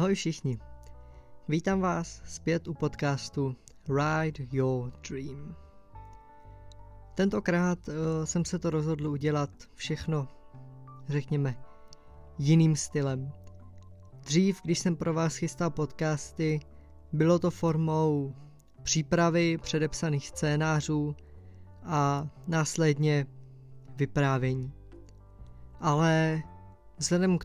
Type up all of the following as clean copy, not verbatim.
Ahoj všichni, vítám vás zpět u podcastu Ride Your Dream. Tentokrát jsem se to rozhodl udělat všechno, řekněme, jiným stylem. Dřív, když jsem pro vás chystal podcasty, bylo to formou přípravy předepsaných scénářů a následně vyprávění. Ale vzhledem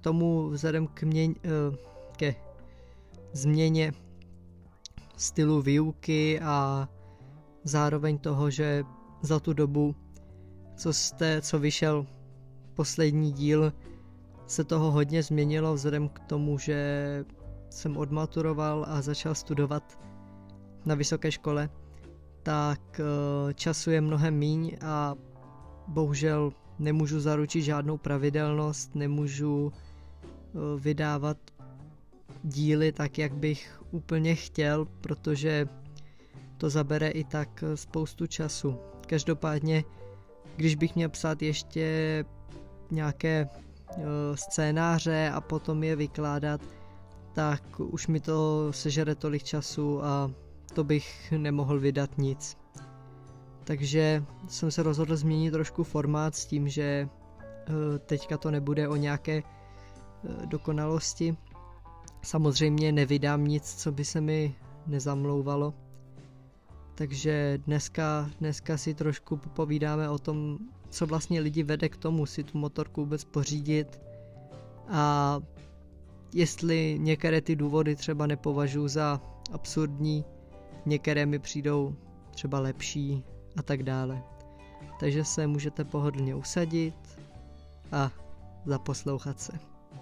ke změně stylu výuky a zároveň toho, že za tu dobu, co vyšel poslední díl, se toho hodně změnilo vzhledem k tomu, že jsem odmaturoval a začal studovat na vysoké škole, tak času je mnohem míň a bohužel nemůžu zaručit žádnou pravidelnost, nemůžu vydávat díly tak, jak bych úplně chtěl, protože to zabere i tak spoustu času. Každopádně, když bych měl psát ještě nějaké scénáře a potom je vykládat, tak už mi to sežere tolik času a to bych nemohl vydat nic. Takže jsem se rozhodl změnit trošku formát s tím, že teďka to nebude o nějaké dokonalosti. Samozřejmě nevydám nic, co by se mi nezamlouvalo. Takže dneska si trošku povídáme o tom, co vlastně lidi vede k tomu si tu motorku vůbec pořídit a jestli některé ty důvody třeba nepovažuji za absurdní, některé mi přijdou třeba lepší a tak dále. Takže se můžete pohodlně usadit a zaposlouchat se.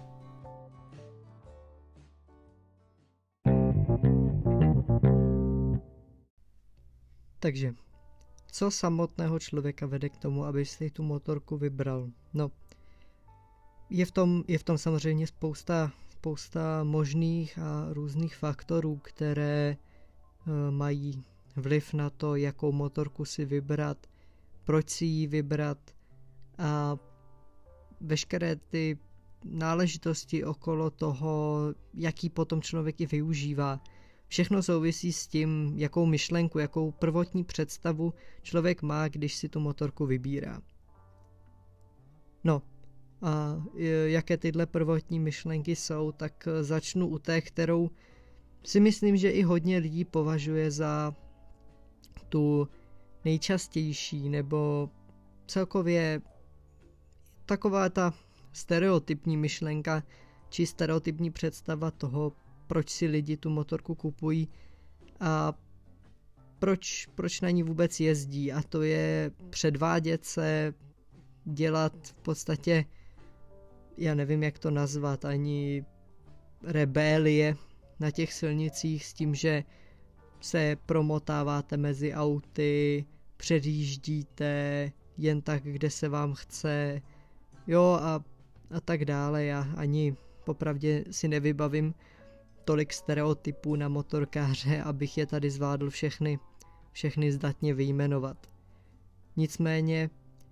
Takže, co samotného člověka vede k tomu, aby si tu motorku vybral? No, je v tom samozřejmě spousta možných a různých faktorů, které mají vliv na to, jakou motorku si vybrat, proč si ji vybrat a veškeré ty náležitosti okolo toho, jaký potom člověk i využívá. Všechno souvisí s tím, jakou myšlenku, jakou prvotní představu člověk má, když si tu motorku vybírá. No a jaké tyhle prvotní myšlenky jsou, tak začnu u té, kterou si myslím, že i hodně lidí považuje za tu nejčastější, nebo celkově taková ta stereotypní myšlenka, či stereotypní představa toho, proč si lidi tu motorku kupují a proč na ní vůbec jezdí, a to je předvádět se, dělat v podstatě, já nevím, jak to nazvat, ani rebélie na těch silnicích s tím, že se promotáváte mezi auty, předjíždíte jen tak, kde se vám chce, jo a tak dále. Já ani popravdě si nevybavím tolik stereotypů na motorkáře, abych je tady zvládl všechny zdatně vyjmenovat. Nicméně,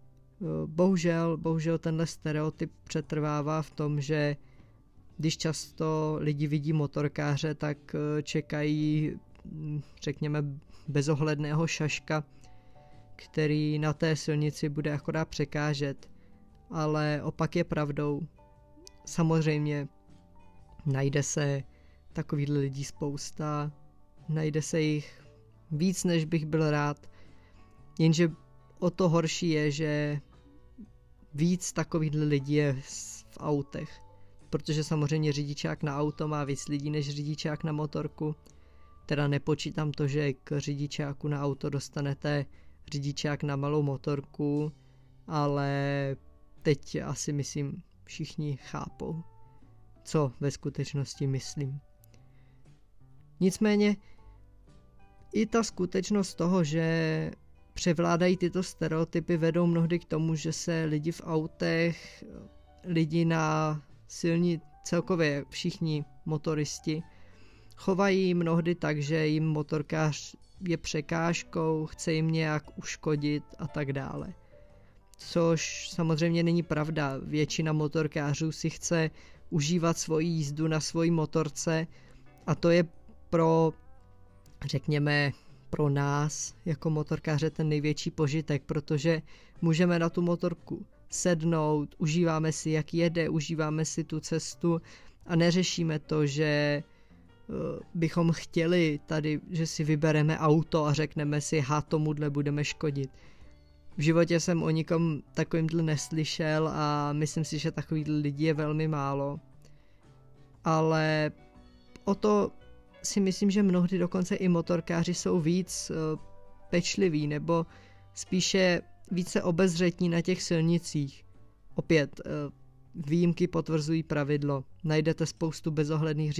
bohužel tenhle stereotyp přetrvává v tom, že když často lidi vidí motorkáře, tak čekají, řekněme, bezohledného šaška, který na té silnici bude akorát překážet. Ale opak je pravdou. Samozřejmě najde se takovýhle lidí spousta, najde se jich víc, než bych byl rád, jenže o to horší je, že víc takovýchhle lidí je v autech, protože samozřejmě řidičák na auto má víc lidí než řidičák na motorku, teda nepočítám to, že k řidičáku na auto dostanete řidičák na malou motorku, ale teď asi myslím všichni chápou, co ve skutečnosti myslím. Nicméně i ta skutečnost toho, že převládají tyto stereotypy, vedou mnohdy k tomu, že se lidi v autech, lidi na silnici, celkově všichni motoristi, chovají mnohdy tak, že jim motorkář je překážkou, chce jim nějak uškodit a tak dále. což samozřejmě není pravda. Většina motorkářů si chce užívat svoji jízdu na svojí motorce a to je řekněme, pro nás jako motorkáře ten největší požitek, protože můžeme na tu motorku sednout, užíváme si, jak jede, užíváme si tu cestu a neřešíme to, že bychom chtěli tady, že si vybereme auto a řekneme si, tomuhle budeme škodit. V životě jsem o nikom takovýmhle neslyšel a myslím si, že takových lidí je velmi málo. Ale o to si myslím, že mnohdy dokonce i motorkáři jsou víc pečliví nebo spíše více obezřetní na těch silnicích. Opět, výjimky potvrzují pravidlo. Najdete spoustu bezohledných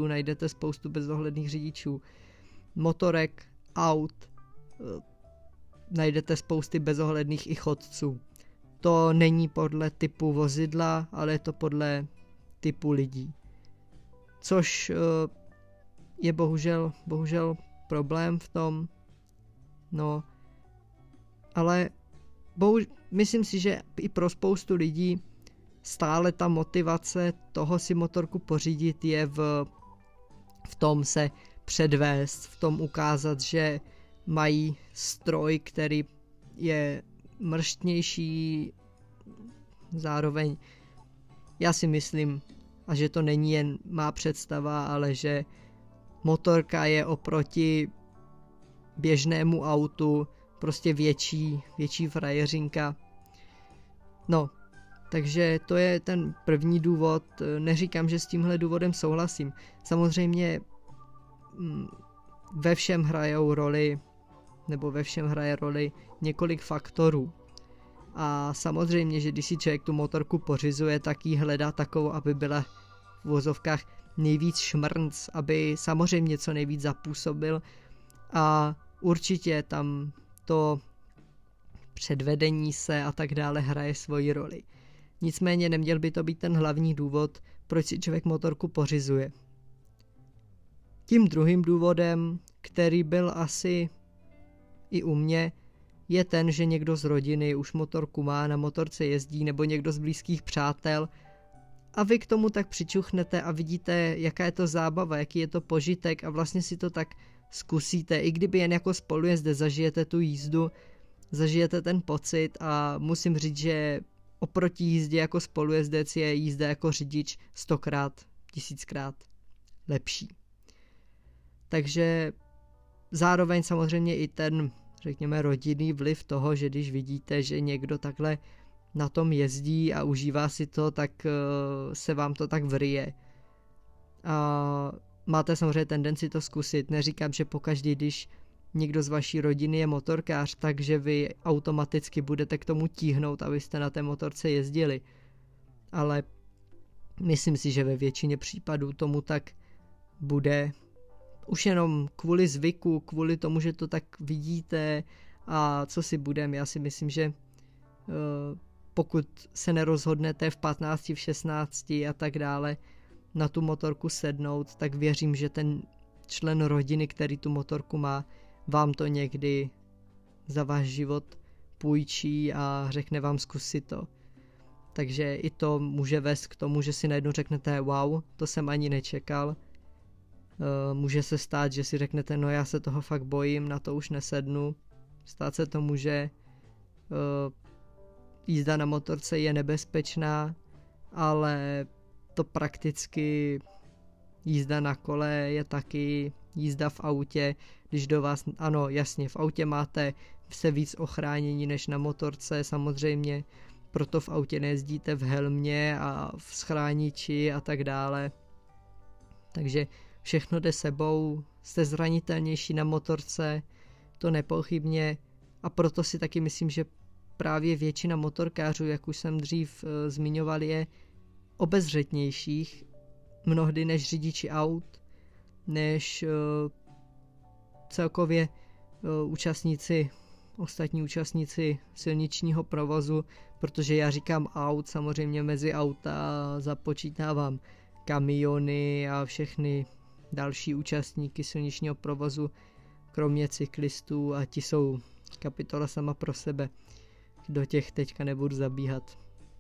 řidičů, motorek, aut, najdete spousty bezohledných i chodců. To není podle typu vozidla, ale je to podle typu lidí. Což je bohužel problém v tom, no, ale myslím si, že i pro spoustu lidí stále ta motivace toho si motorku pořídit je v tom se předvést, v tom ukázat, že mají stroj, který je mrštnější, zároveň já si myslím, a že to není jen má představa, ale že motorka je oproti běžnému autu prostě větší frajeřinka. No, takže to je ten první důvod. Neříkám, že s tímhle důvodem souhlasím. Samozřejmě ve všem hraje roli několik faktorů. A samozřejmě, že když si člověk tu motorku pořizuje, tak ji hledá takovou, aby byla v uvozovkách nejvíc šmrnc, aby samozřejmě co nejvíc zapůsobil a určitě tam to předvedení se a tak dále hraje svoji roli. Nicméně neměl by to být ten hlavní důvod, proč si člověk motorku pořizuje. Tím druhým důvodem, který byl asi i u mě, je ten, že někdo z rodiny už motorku má, na motorce jezdí, nebo někdo z blízkých přátel a vy k tomu tak přičuchnete a vidíte, jaká je to zábava, jaký je to požitek a vlastně si to tak zkusíte, i kdyby jen jako spolujezdec zažijete tu jízdu, zažijete ten pocit a musím říct, že oproti jízdě jako spolujezdec je jízda jako řidič 100krát, 1000krát lepší. Takže zároveň samozřejmě i ten, řekněme, rodinný vliv toho, že když vidíte, že někdo takhle na tom jezdí a užívá si to, tak se vám to tak vryje. A máte samozřejmě tendenci to zkusit. Neříkám, že pokaždý, když někdo z vaší rodiny je motorkář, takže vy automaticky budete k tomu tíhnout, abyste na té motorce jezdili. Ale myslím si, že ve většině případů tomu tak bude. Už jenom kvůli zvyku, kvůli tomu, že to tak vidíte a co si budem, já si myslím, že pokud se nerozhodnete v 15, v 16 a tak dále na tu motorku sednout, tak věřím, že ten člen rodiny, který tu motorku má, vám to někdy za váš život půjčí a řekne vám zkusit to. Takže i to může vést k tomu, že si najednou řeknete wow, to jsem ani nečekal. Může se stát, že si řeknete, no já se toho fakt bojím, na to už nesednu. Stát se to může, jízda na motorce je nebezpečná, ale to prakticky jízda na kole je taky jízda v autě, když do vás, ano jasně, v autě máte se víc ochránění než na motorce samozřejmě, proto v autě nejezdíte v helmě a v schrániči a tak dále. Takže všechno jde sebou, jste zranitelnější na motorce, to nepochybně a proto si taky myslím, že právě většina motorkářů, jak už jsem dřív zmiňoval, je obezřetnějších mnohdy než řidiči aut, než celkově ostatní účastníci silničního provozu, protože já říkám aut, samozřejmě mezi auta započítávám kamiony a všechny další účastníky silničního provozu, kromě cyklistů a ti jsou kapitola sama pro sebe. do těch teďka nebudu zabíhat.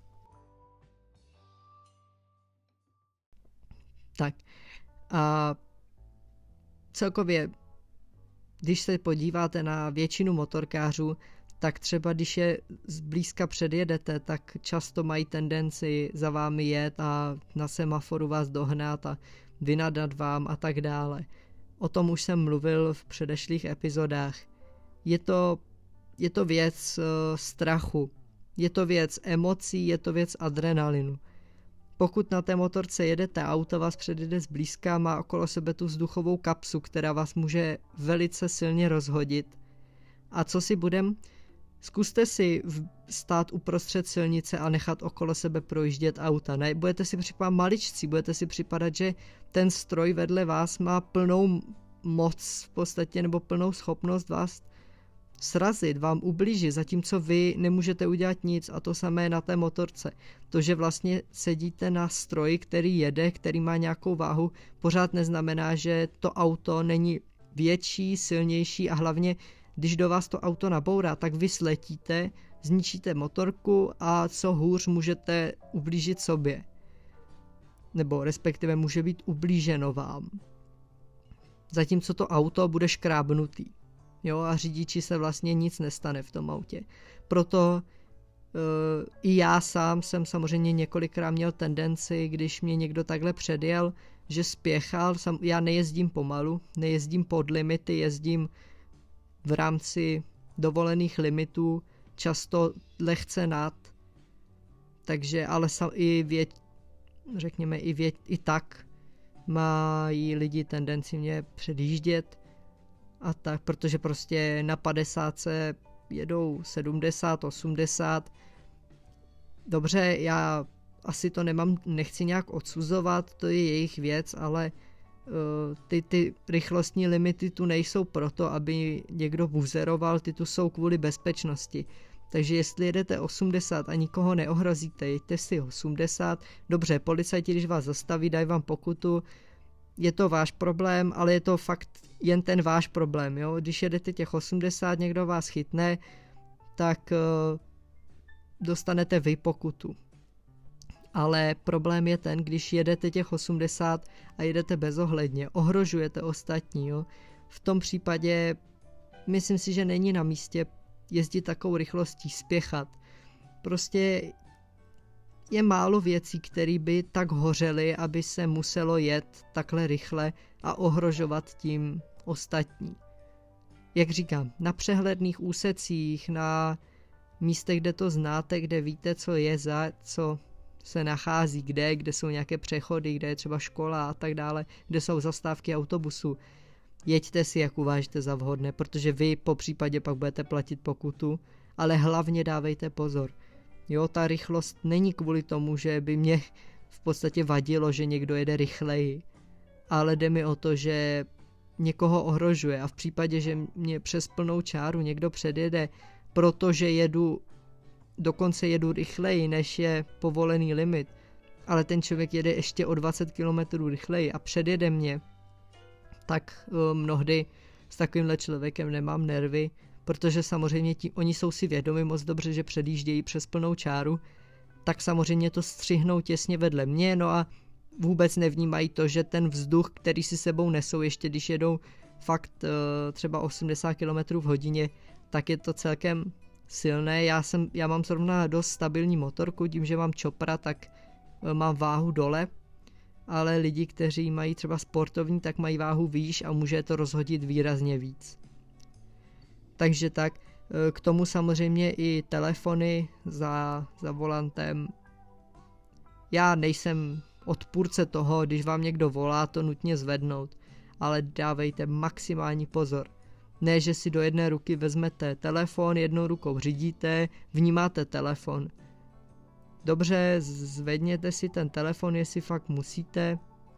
Tak a celkově, když se podíváte na většinu motorkářů, tak třeba když je zblízka předjedete, tak často mají tendenci za vámi jet a na semaforu vás dohnat a vynadat vám a tak dále. O tom už jsem mluvil v předešlých epizodách. Je to věc strachu, je to věc emocí, je to věc adrenalinu. Pokud na té motorce jedete, auto vás předjede zblízka, má okolo sebe tu vzduchovou kapsu, která vás může velice silně rozhodit. A co si budem? Zkuste si stát uprostřed silnice a nechat okolo sebe projíždět auta. Ne, budete si připadat maličcí, budete si připadat, že ten stroj vedle vás má plnou moc v podstatě, nebo plnou schopnost vás srazit, vám ublížit, zatímco vy nemůžete udělat nic, a to samé na té motorce. To, že vlastně sedíte na stroji, který jede, který má nějakou váhu, pořád neznamená, že to auto není větší, silnější a hlavně, když do vás to auto nabourá, tak vy sletíte, zničíte motorku a co hůř můžete ublížit sobě. Nebo respektive může být ublíženo vám. Zatímco to auto bude škrábnutý. Jo, a řidiči se vlastně nic nestane v tom autě. Proto i já sám jsem samozřejmě několikrát měl tendenci, když mě někdo takhle předjel, že spěchal. Já nejezdím pomalu, nejezdím pod limity, jezdím v rámci dovolených limitů, často lehce nad. Takže ale i tak mají lidi tendenci mě předjíždět. A tak, protože prostě na 50 jedou 70, 80. Dobře, já asi to nechci nějak odsuzovat, to je jejich věc, ale ty rychlostní limity tu nejsou proto, aby někdo buzeroval, ty tu jsou kvůli bezpečnosti. Takže jestli jedete 80 a nikoho neohrozíte, jeďte si 80, dobře, policajti, když vás zastaví, dají vám pokutu, je to váš problém, ale je to fakt jen ten váš problém, jo? Když jedete těch 80, někdo vás chytne, tak dostanete vy pokutu. Ale problém je ten, když jedete těch 80 a jedete bezohledně, ohrožujete ostatní, jo? V tom případě myslím si, že není na místě jezdit takovou rychlostí, spěchat. Prostě je málo věcí, které by tak hořely, aby se muselo jet takhle rychle a ohrožovat tím ostatní. Jak říkám, na přehledných úsecích, na místech, kde to znáte, kde víte, co je co se nachází, kde jsou nějaké přechody, kde je třeba škola a tak dále, kde jsou zastávky autobusu. Jeďte si, jak uvážíte za vhodné, protože vy po případě pak budete platit pokutu, ale hlavně dávejte pozor. Jo, ta rychlost není kvůli tomu, že by mě v podstatě vadilo, že někdo jede rychleji, ale jde mi o to, že někoho ohrožuje a v případě, že mě přes plnou čáru někdo předjede, protože dokonce jedu rychleji, než je povolený limit, ale ten člověk jede ještě o 20 km rychleji a předjede mě, tak mnohdy s takovýmhle člověkem nemám nervy, protože samozřejmě oni jsou si vědomi moc dobře, že předjíždějí přes plnou čáru, tak samozřejmě to střihnou těsně vedle mě, no a vůbec nevnímají to, že ten vzduch, který si sebou nesou, ještě když jedou fakt třeba 80 km v hodině, tak je to celkem silné. Já mám zrovna dost stabilní motorku, tím, že mám čopra, tak mám váhu dole, ale lidi, kteří mají třeba sportovní, tak mají váhu výš a může to rozhodit výrazně víc. Takže tak, k tomu samozřejmě i telefony za volantem. Já nejsem odpůrce toho, když vám někdo volá, to nutně zvednout, ale dávejte maximální pozor. Ne, že si do jedné ruky vezmete telefon, jednou rukou řídíte, vnímáte telefon. Dobře, zvedněte si ten telefon, jestli fakt musíte,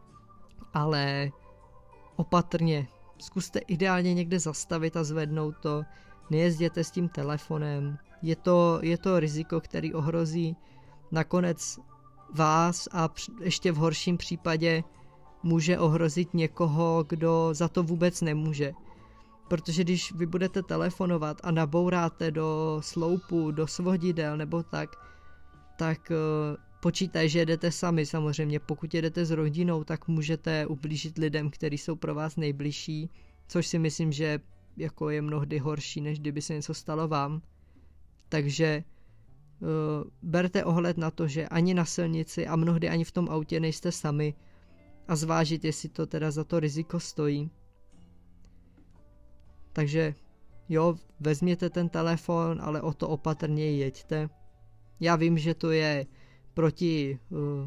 ale opatrně. Zkuste ideálně někde zastavit a zvednout to. Nejezděte s tím telefonem. Je to riziko, který ohrozí nakonec vás a ještě v horším případě může ohrozit někoho, kdo za to vůbec nemůže. Protože když vy budete telefonovat a nabouráte do sloupu, do svodidel nebo tak počítaj, že jedete sami samozřejmě. Pokud jedete s rodinou, tak můžete ublížit lidem, kteří jsou pro vás nejbližší, což si myslím, že jako je mnohdy horší, než kdyby se něco stalo vám. Takže berte ohled na to, že ani na silnici a mnohdy ani v tom autě nejste sami a zvážit, jestli to teda za to riziko stojí. Takže jo, vezměte ten telefon, ale o to opatrněji jeďte. Já vím, že to je proti,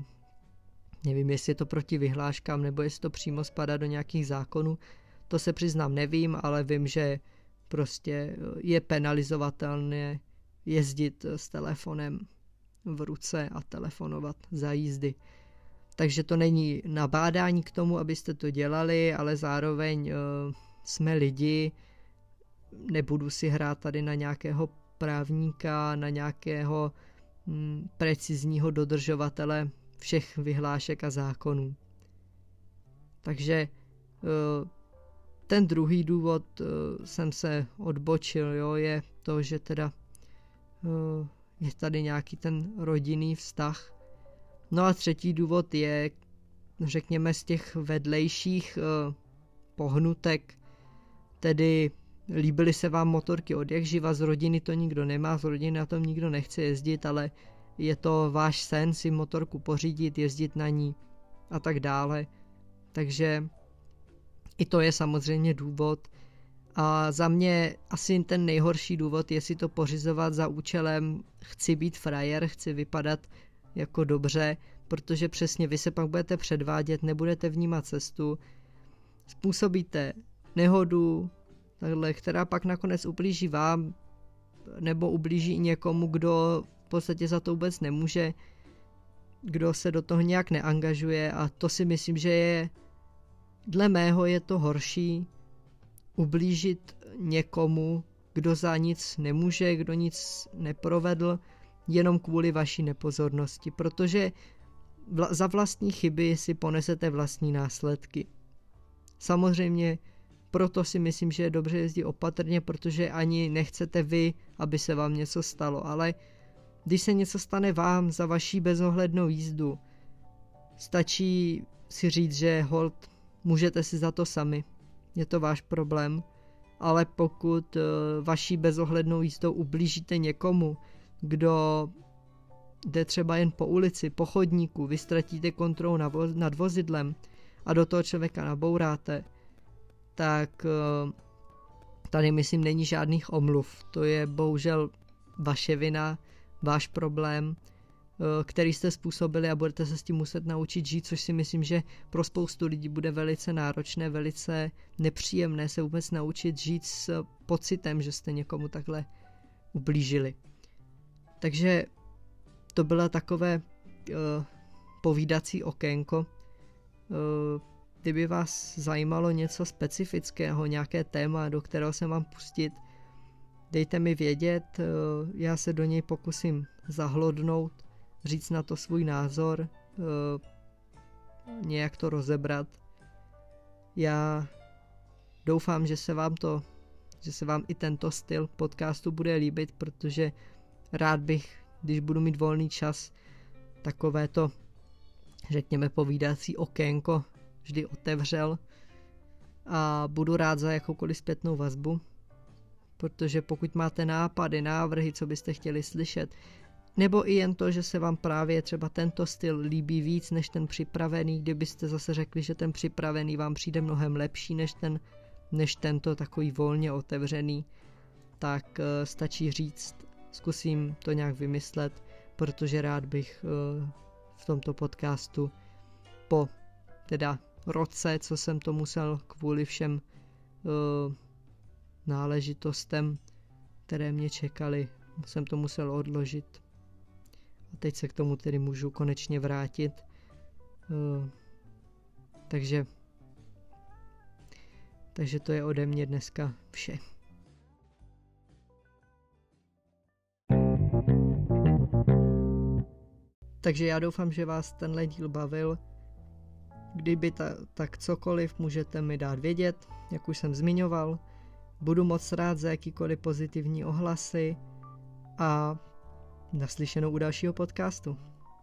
nevím, jestli je to proti vyhláškám, nebo jestli to přímo spadá do nějakých zákonů. To se přiznám, nevím, ale vím, že prostě je penalizovatelné jezdit s telefonem v ruce a telefonovat za jízdy. Takže to není nabádání k tomu, abyste to dělali, ale zároveň jsme lidi, nebudu si hrát tady na nějakého právníka, na nějakého precizního dodržovatele všech vyhlášek a zákonů. Takže ten druhý důvod jsem se odbočil, jo, je to, že teda je tady nějaký ten rodinný vztah. No a třetí důvod je, řekněme, z těch vedlejších pohnutek, tedy líbily se vám motorky od jak živa, z rodiny to nikdo nemá, z rodiny na tom nikdo nechce jezdit, ale je to váš sen si motorku pořídit, jezdit na ní a tak dále. Takže i to je samozřejmě důvod. A za mě asi ten nejhorší důvod je si to pořizovat za účelem chci být frajer, chci vypadat jako dobře, protože přesně vy se pak budete předvádět, nebudete vnímat cestu, způsobíte nehodu, takhle, která pak nakonec ublíží vám, nebo ublíží i někomu, kdo v podstatě za to vůbec nemůže, kdo se do toho nějak neangažuje, a to si myslím, že je, dle mého je to horší, ublížit někomu, kdo za nic nemůže, kdo nic neprovedl, jenom kvůli vaší nepozornosti, protože za vlastní chyby si ponesete vlastní následky. Samozřejmě proto si myslím, že je dobře jezdit opatrně, protože ani nechcete vy, aby se vám něco stalo, ale když se něco stane vám za vaší bezohlednou jízdu, stačí si říct, že hold, můžete si za to sami, je to váš problém, ale pokud vaší bezohlednou jízdou ublížíte někomu, kdo jde třeba jen po ulici, po chodníku, vy ztratíte kontrolu nad vozidlem a do toho člověka nabouráte, tak tady myslím není žádných omluv. To je bohužel vaše vina, váš problém, který jste způsobili a budete se s tím muset naučit žít, což si myslím, že pro spoustu lidí bude velice náročné, velice nepříjemné se vůbec naučit žít s pocitem, že jste někomu takhle ublížili. Takže to byla takové povídací okénko. Kdyby vás zajímalo něco specifického, nějaké téma, do kterého se mám pustit, dejte mi vědět, já se do něj pokusím zahlodnout, říct na to svůj názor, nějak to rozebrat. Já doufám, že se vám i tento styl podcastu bude líbit, protože rád bych, když budu mít volný čas, takovéto, řekněme, povídací okénko vždy otevřel, a budu rád za jakoukoliv zpětnou vazbu, protože pokud máte nápady, návrhy, co byste chtěli slyšet, nebo i jen to, že se vám právě třeba tento styl líbí víc než ten připravený, kdybyste zase řekli, že ten připravený vám přijde mnohem lepší než tento takový volně otevřený, tak stačí říct, zkusím to nějak vymyslet, protože rád bych v tomto podcastu po teda roce, co jsem to musel kvůli všem náležitostem, které mě čekaly, jsem to musel odložit. A teď se k tomu tedy můžu konečně vrátit. Takže to je ode mě dneska vše. Takže já doufám, že vás tenhle díl bavil. Kdyby tak cokoliv, můžete mi dát vědět, jak už jsem zmiňoval. Budu moc rád za jakýkoliv pozitivní ohlasy a naslyšenou u dalšího podcastu.